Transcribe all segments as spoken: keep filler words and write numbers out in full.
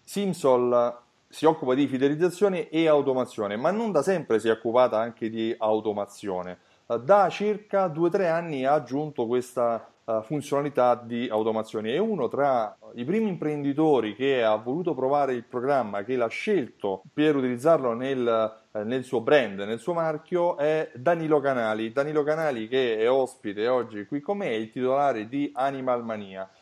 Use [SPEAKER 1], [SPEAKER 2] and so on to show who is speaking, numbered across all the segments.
[SPEAKER 1] Simsol si occupa di fidelizzazione e automazione, ma non da sempre si è occupata anche di automazione. Da circa due o tre anni ha aggiunto questa uh, funzionalità di automazione. È uno tra i primi imprenditori che ha voluto provare il programma, che l'ha scelto per utilizzarlo nel, eh, nel suo brand, nel suo marchio, è Danilo Canali. Danilo Canali, che è ospite oggi qui con me, è il titolare di Animal Mania.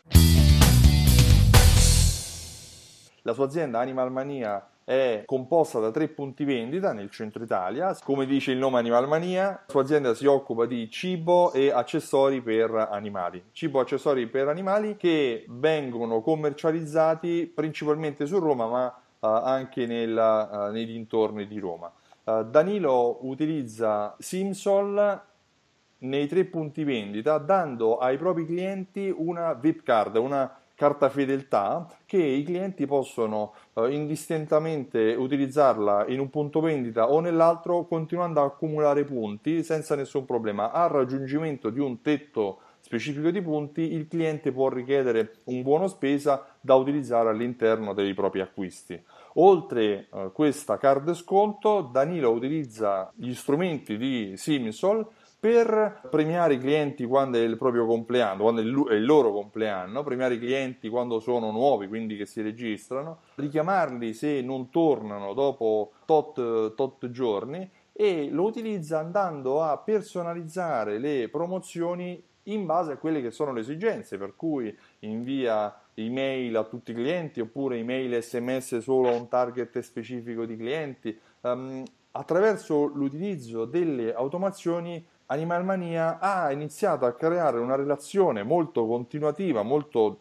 [SPEAKER 1] La sua azienda Animal Mania è composta da tre punti vendita nel centro Italia. Come dice il nome Animal Mania, la sua azienda si occupa di cibo e accessori per animali. Cibo e accessori per animali che vengono commercializzati principalmente su Roma, ma uh, anche nella, uh, nei dintorni di Roma. Uh, Danilo utilizza Simsol nei tre punti vendita, dando ai propri clienti una V I P card, una carta fedeltà che i clienti possono eh, indistintamente utilizzarla in un punto vendita o nell'altro, continuando a accumulare punti senza nessun problema. Al raggiungimento di un tetto specifico di punti, il cliente può richiedere un buono spesa da utilizzare all'interno dei propri acquisti. Oltre a eh, questa card sconto, Danilo utilizza gli strumenti di Simsol per premiare i clienti quando è il proprio compleanno, quando è il loro compleanno, premiare i clienti quando sono nuovi, quindi che si registrano, richiamarli se non tornano dopo tot, tot giorni, e lo utilizza andando a personalizzare le promozioni in base a quelle che sono le esigenze, per cui invia email a tutti i clienti oppure email sms solo a un target specifico di clienti. Um, attraverso l'utilizzo delle automazioni, Animal Mania ha iniziato a creare una relazione molto continuativa, molto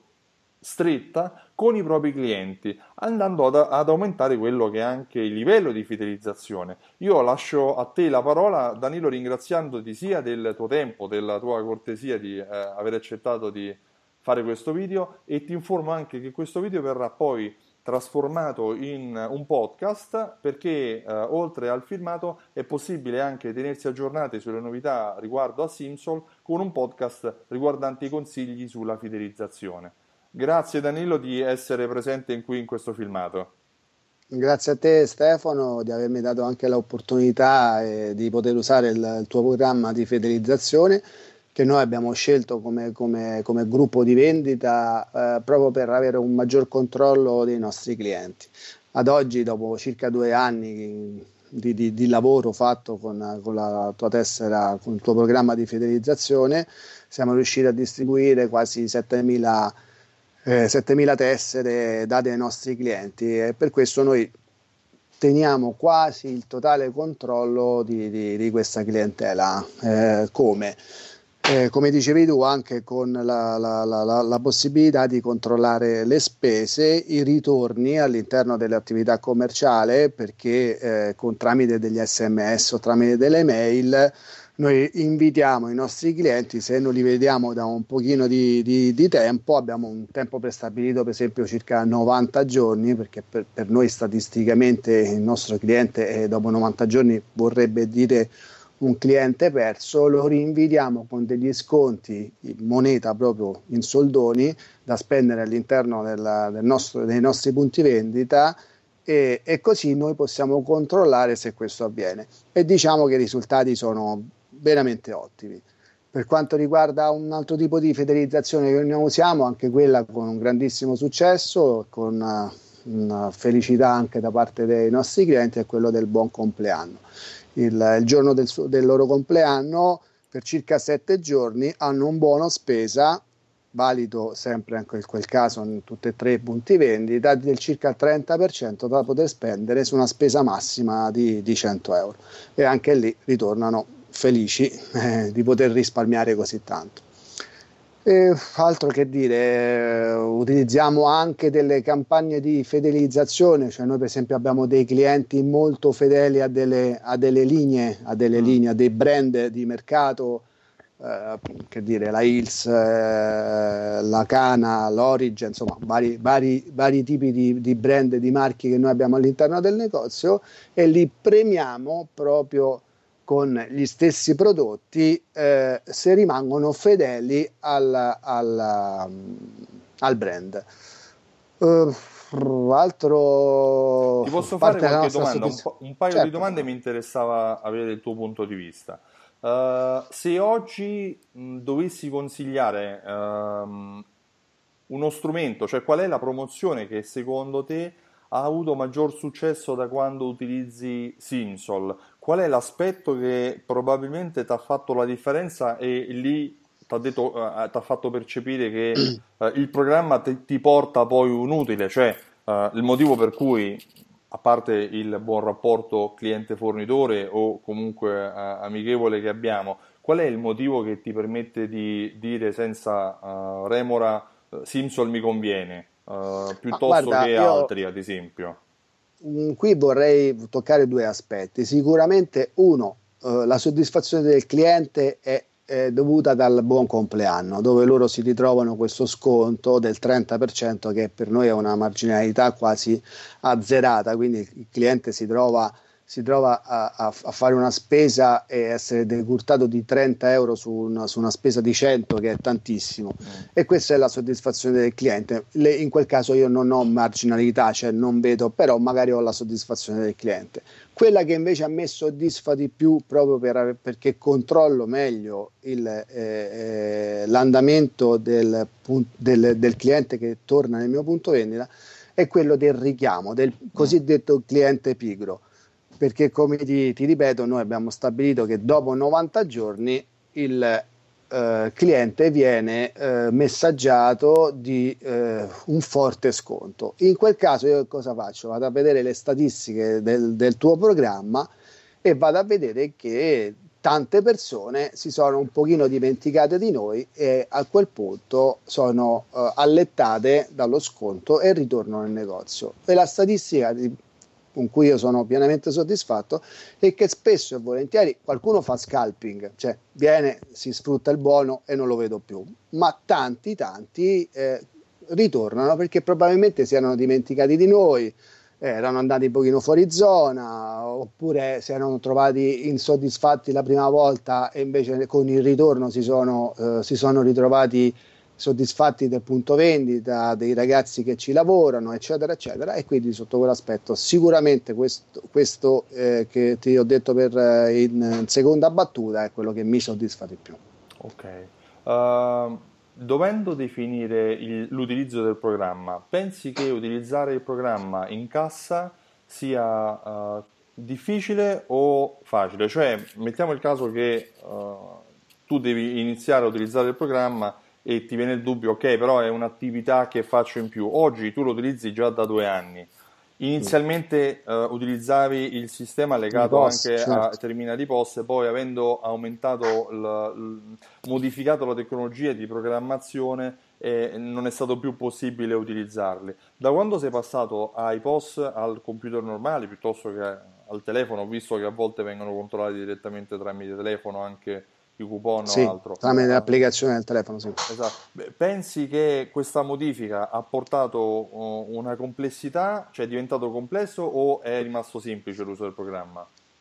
[SPEAKER 1] stretta con i propri clienti, andando ad, ad aumentare quello che è anche il livello di fidelizzazione. Io lascio a te la parola, Danilo, ringraziandoti sia del tuo tempo, della tua cortesia di eh, aver accettato di fare questo video, e ti informo anche che questo video verrà poi trasformato in un podcast, perché eh, oltre al filmato è possibile anche tenersi aggiornati sulle novità riguardo a Simsol con un podcast riguardante i consigli sulla fidelizzazione. Grazie Danilo di essere presente qui in questo filmato.
[SPEAKER 2] Grazie a te Stefano di avermi dato anche l'opportunità eh, di poter usare il, il tuo programma di fidelizzazione che noi abbiamo scelto come, come, come gruppo di vendita eh, proprio per avere un maggior controllo dei nostri clienti. Ad oggi, dopo circa due anni di, di, di lavoro fatto con, con la tua tessera, con il tuo programma di fidelizzazione, siamo riusciti a distribuire quasi settemila eh, settemila tessere date ai nostri clienti, e per questo noi teniamo quasi il totale controllo di, di, di questa clientela. Eh, come? Eh, come dicevi tu, anche con la, la, la, la possibilità di controllare le spese, i ritorni all'interno dell'attività commerciale, perché eh, con tramite degli sms o tramite delle mail noi invitiamo i nostri clienti, se non li vediamo da un pochino di, di, di tempo, abbiamo un tempo prestabilito, per esempio circa novanta giorni, perché per, per noi statisticamente il nostro cliente eh, dopo novanta giorni vorrebbe dire un cliente perso, lo rinvidiamo con degli sconti in moneta, proprio in soldoni, da spendere all'interno del, del nostro, dei nostri punti vendita, e, e così noi possiamo controllare se questo avviene, e diciamo che i risultati sono veramente ottimi. Per quanto riguarda un altro tipo di fidelizzazione che noi usiamo, anche quella con un grandissimo successo, con una, una felicità anche da parte dei nostri clienti, è quello del buon compleanno. Il, il giorno del, suo, del loro compleanno, per circa sette giorni, hanno un buono spesa valido sempre anche in quel caso in tutti e tre i punti vendita del circa il trenta per cento da poter spendere su una spesa massima di, di cento euro, e anche lì ritornano felici eh, di poter risparmiare così tanto. E altro che dire, eh, utilizziamo anche delle campagne di fidelizzazione, cioè noi per esempio abbiamo dei clienti molto fedeli a delle, a delle linee, a delle linee, a dei brand di mercato, eh, che dire, la Hills, eh, la Cana, l'Origin, insomma vari, vari, vari tipi di, di brand, di marchi che noi abbiamo all'interno del negozio, e li premiamo proprio con gli stessi prodotti eh, se rimangono fedeli al, al, al brand. Uh, altro,
[SPEAKER 1] Ti posso fare
[SPEAKER 2] parte della
[SPEAKER 1] qualche
[SPEAKER 2] nostra
[SPEAKER 1] domanda? Un,
[SPEAKER 2] soddisfazione.
[SPEAKER 1] po- un paio di
[SPEAKER 2] Certo,
[SPEAKER 1] domande mi interessava avere il tuo punto di vista. Eh, se oggi mh, dovessi consigliare ehm, uno strumento, cioè qual è la promozione che secondo te ha avuto maggior successo da quando utilizzi Simsol? Qual è l'aspetto che probabilmente ti ha fatto la differenza e lì ti ha detto, eh, t'ha fatto percepire che eh, il programma ti ti porta poi un utile, cioè eh, il motivo per cui, a parte il buon rapporto cliente-fornitore o comunque eh, amichevole che abbiamo, qual è il motivo che ti permette di dire senza eh, remora eh, Simsol mi conviene, eh,
[SPEAKER 2] ma
[SPEAKER 1] piuttosto
[SPEAKER 2] guarda,
[SPEAKER 1] che
[SPEAKER 2] io
[SPEAKER 1] altri, ad esempio?
[SPEAKER 2] Mm, qui vorrei toccare due aspetti. Sicuramente, uno, eh, la soddisfazione del cliente è, è dovuta dal buon compleanno, dove loro si ritrovano questo sconto del trenta per cento che per noi è una marginalità quasi azzerata, quindi il cliente si trova, si trova a, a- a fare una spesa e essere decurtato di trenta euro su una, su una spesa di cento, che è tantissimo.
[SPEAKER 1] Mm.
[SPEAKER 2] E questa è la soddisfazione del cliente. Le- in quel caso io non ho marginalità, cioè non vedo, però magari ho la soddisfazione del cliente. Quella che invece a me soddisfa di più, proprio per- perché controllo meglio il, eh, eh, l'andamento del, pun- del- del cliente che torna nel mio punto vendita, è quello del richiamo, del
[SPEAKER 1] Mm.
[SPEAKER 2] cosiddetto cliente pigro. Perché come ti, ti ripeto, noi abbiamo stabilito che dopo novanta giorni il eh, cliente viene eh, messaggiato di eh, un forte sconto. In quel caso io cosa faccio? Vado a vedere le statistiche del, del tuo programma e vado a vedere che tante persone si sono un pochino dimenticate di noi e a quel punto sono eh, allettate dallo sconto e ritornano nel negozio. E la statistica di, con cui io sono pienamente soddisfatto è che spesso e volentieri qualcuno fa scalping, cioè viene, si sfrutta il buono e non lo vedo più, ma tanti, tanti eh, ritornano perché probabilmente si erano dimenticati di noi, eh, erano andati un pochino fuori zona, oppure si erano trovati insoddisfatti la prima volta e invece con il ritorno si sono, eh, si sono ritrovati soddisfatti del punto vendita, dei ragazzi che ci lavorano, eccetera, eccetera. E quindi sotto quell'aspetto sicuramente questo, questo eh, che ti ho detto per, eh, in seconda battuta è quello che mi soddisfa di più.
[SPEAKER 1] Ok. Uh, dovendo definire il- l'utilizzo del programma, pensi che utilizzare il programma in cassa sia uh, difficile o facile? Cioè, mettiamo il caso che uh, tu devi iniziare a utilizzare il programma e ti viene il dubbio, ok, però è un'attività che faccio in più. Oggi tu lo utilizzi già da due anni.
[SPEAKER 2] Mm.
[SPEAKER 1] Inizialmente eh, utilizzavi il sistema
[SPEAKER 2] I
[SPEAKER 1] legato
[SPEAKER 2] post,
[SPEAKER 1] anche a
[SPEAKER 2] certo.
[SPEAKER 1] terminali POS, poi avendo aumentato, il- il- modificato la tecnologia di programmazione, eh, non è stato più possibile utilizzarli. Da quando sei passato ai POS al computer normale piuttosto che al telefono, ho visto che a volte vengono controllati direttamente tramite telefono anche i coupon o
[SPEAKER 2] Sì,
[SPEAKER 1] altro.
[SPEAKER 2] tramite
[SPEAKER 1] eh,
[SPEAKER 2] l'applicazione del telefono, sì.
[SPEAKER 1] Esatto. Beh, pensi che questa modifica ha portato oh, una complessità, cioè è diventato complesso o è rimasto semplice l'uso del programma?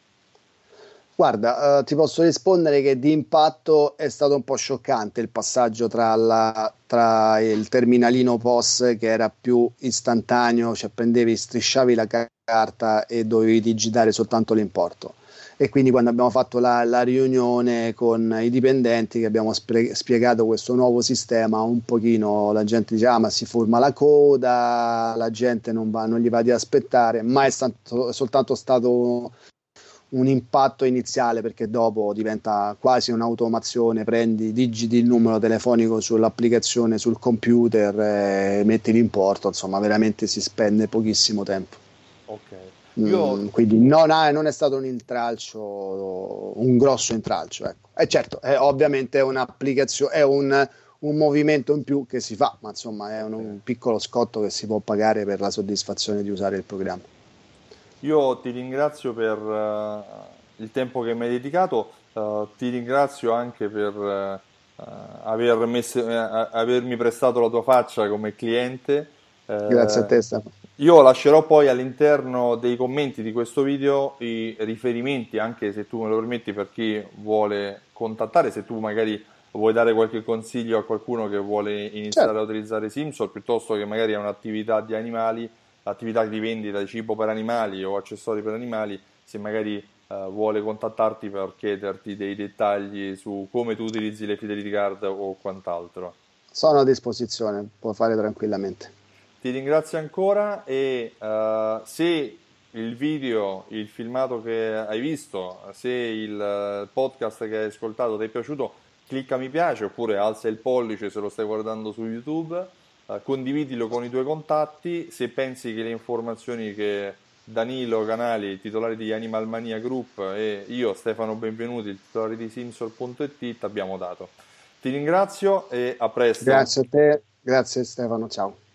[SPEAKER 2] Guarda, eh, ti posso rispondere che di impatto è stato un po' scioccante il passaggio tra, la- tra il terminalino POS che era più istantaneo, cioè prendevi, strisciavi la ca- carta e dovevi digitare soltanto l'importo. E quindi quando abbiamo fatto la, la riunione con i dipendenti che abbiamo spre- spiegato questo nuovo sistema, un pochino la gente diceva "Ah, ma si forma la coda, la gente non, va, non gli va di aspettare", ma è stato- è soltanto stato un impatto iniziale perché dopo diventa quasi un'automazione, prendi, digiti il numero telefonico sull'applicazione, sul computer, eh, metti l'importo, insomma veramente si spende pochissimo tempo.
[SPEAKER 1] Ok.
[SPEAKER 2] Mm,
[SPEAKER 1] Io
[SPEAKER 2] quindi non, ha- non è stato un intralcio, un grosso intralcio, ecco. E certo, è, ovviamente è un'applicazione, è un, un movimento in più che si fa, ma insomma è un,
[SPEAKER 1] ok.
[SPEAKER 2] un piccolo scotto che si può pagare per la soddisfazione di usare il programma.
[SPEAKER 1] Io ti ringrazio per eh, il tempo che mi hai dedicato, eh, ti ringrazio anche per eh, eh, aver messo- eh, a- avermi prestato la tua faccia come cliente.
[SPEAKER 2] Grazie a
[SPEAKER 1] Eh,
[SPEAKER 2] te, Stefano.
[SPEAKER 1] io lascerò poi all'interno dei commenti di questo video i riferimenti, anche se tu me lo permetti, per chi vuole contattare, se tu magari vuoi dare qualche consiglio a qualcuno che vuole iniziare
[SPEAKER 2] Certo.
[SPEAKER 1] a utilizzare Simsol, piuttosto che magari ha un'attività di animali, attività di vendita di cibo per animali o accessori per animali, se magari eh, vuole contattarti per chiederti dei dettagli su come tu utilizzi le Fidelity Card o quant'altro.
[SPEAKER 2] Sono a disposizione, puoi fare tranquillamente.
[SPEAKER 1] Ti ringrazio ancora e eh, se il video, il filmato che hai visto, se il eh, podcast che hai ascoltato ti è piaciuto, clicca mi piace oppure alza il pollice se lo stai guardando su YouTube, eh, condividilo con i tuoi contatti. Se pensi che le informazioni che Danilo Canali, titolare di Animal Mania Group, e io, Stefano Benvenuti, il titolare di Simsol punto it, ti abbiamo dato. Ti ringrazio e a presto.
[SPEAKER 2] Grazie a te, grazie Stefano, ciao.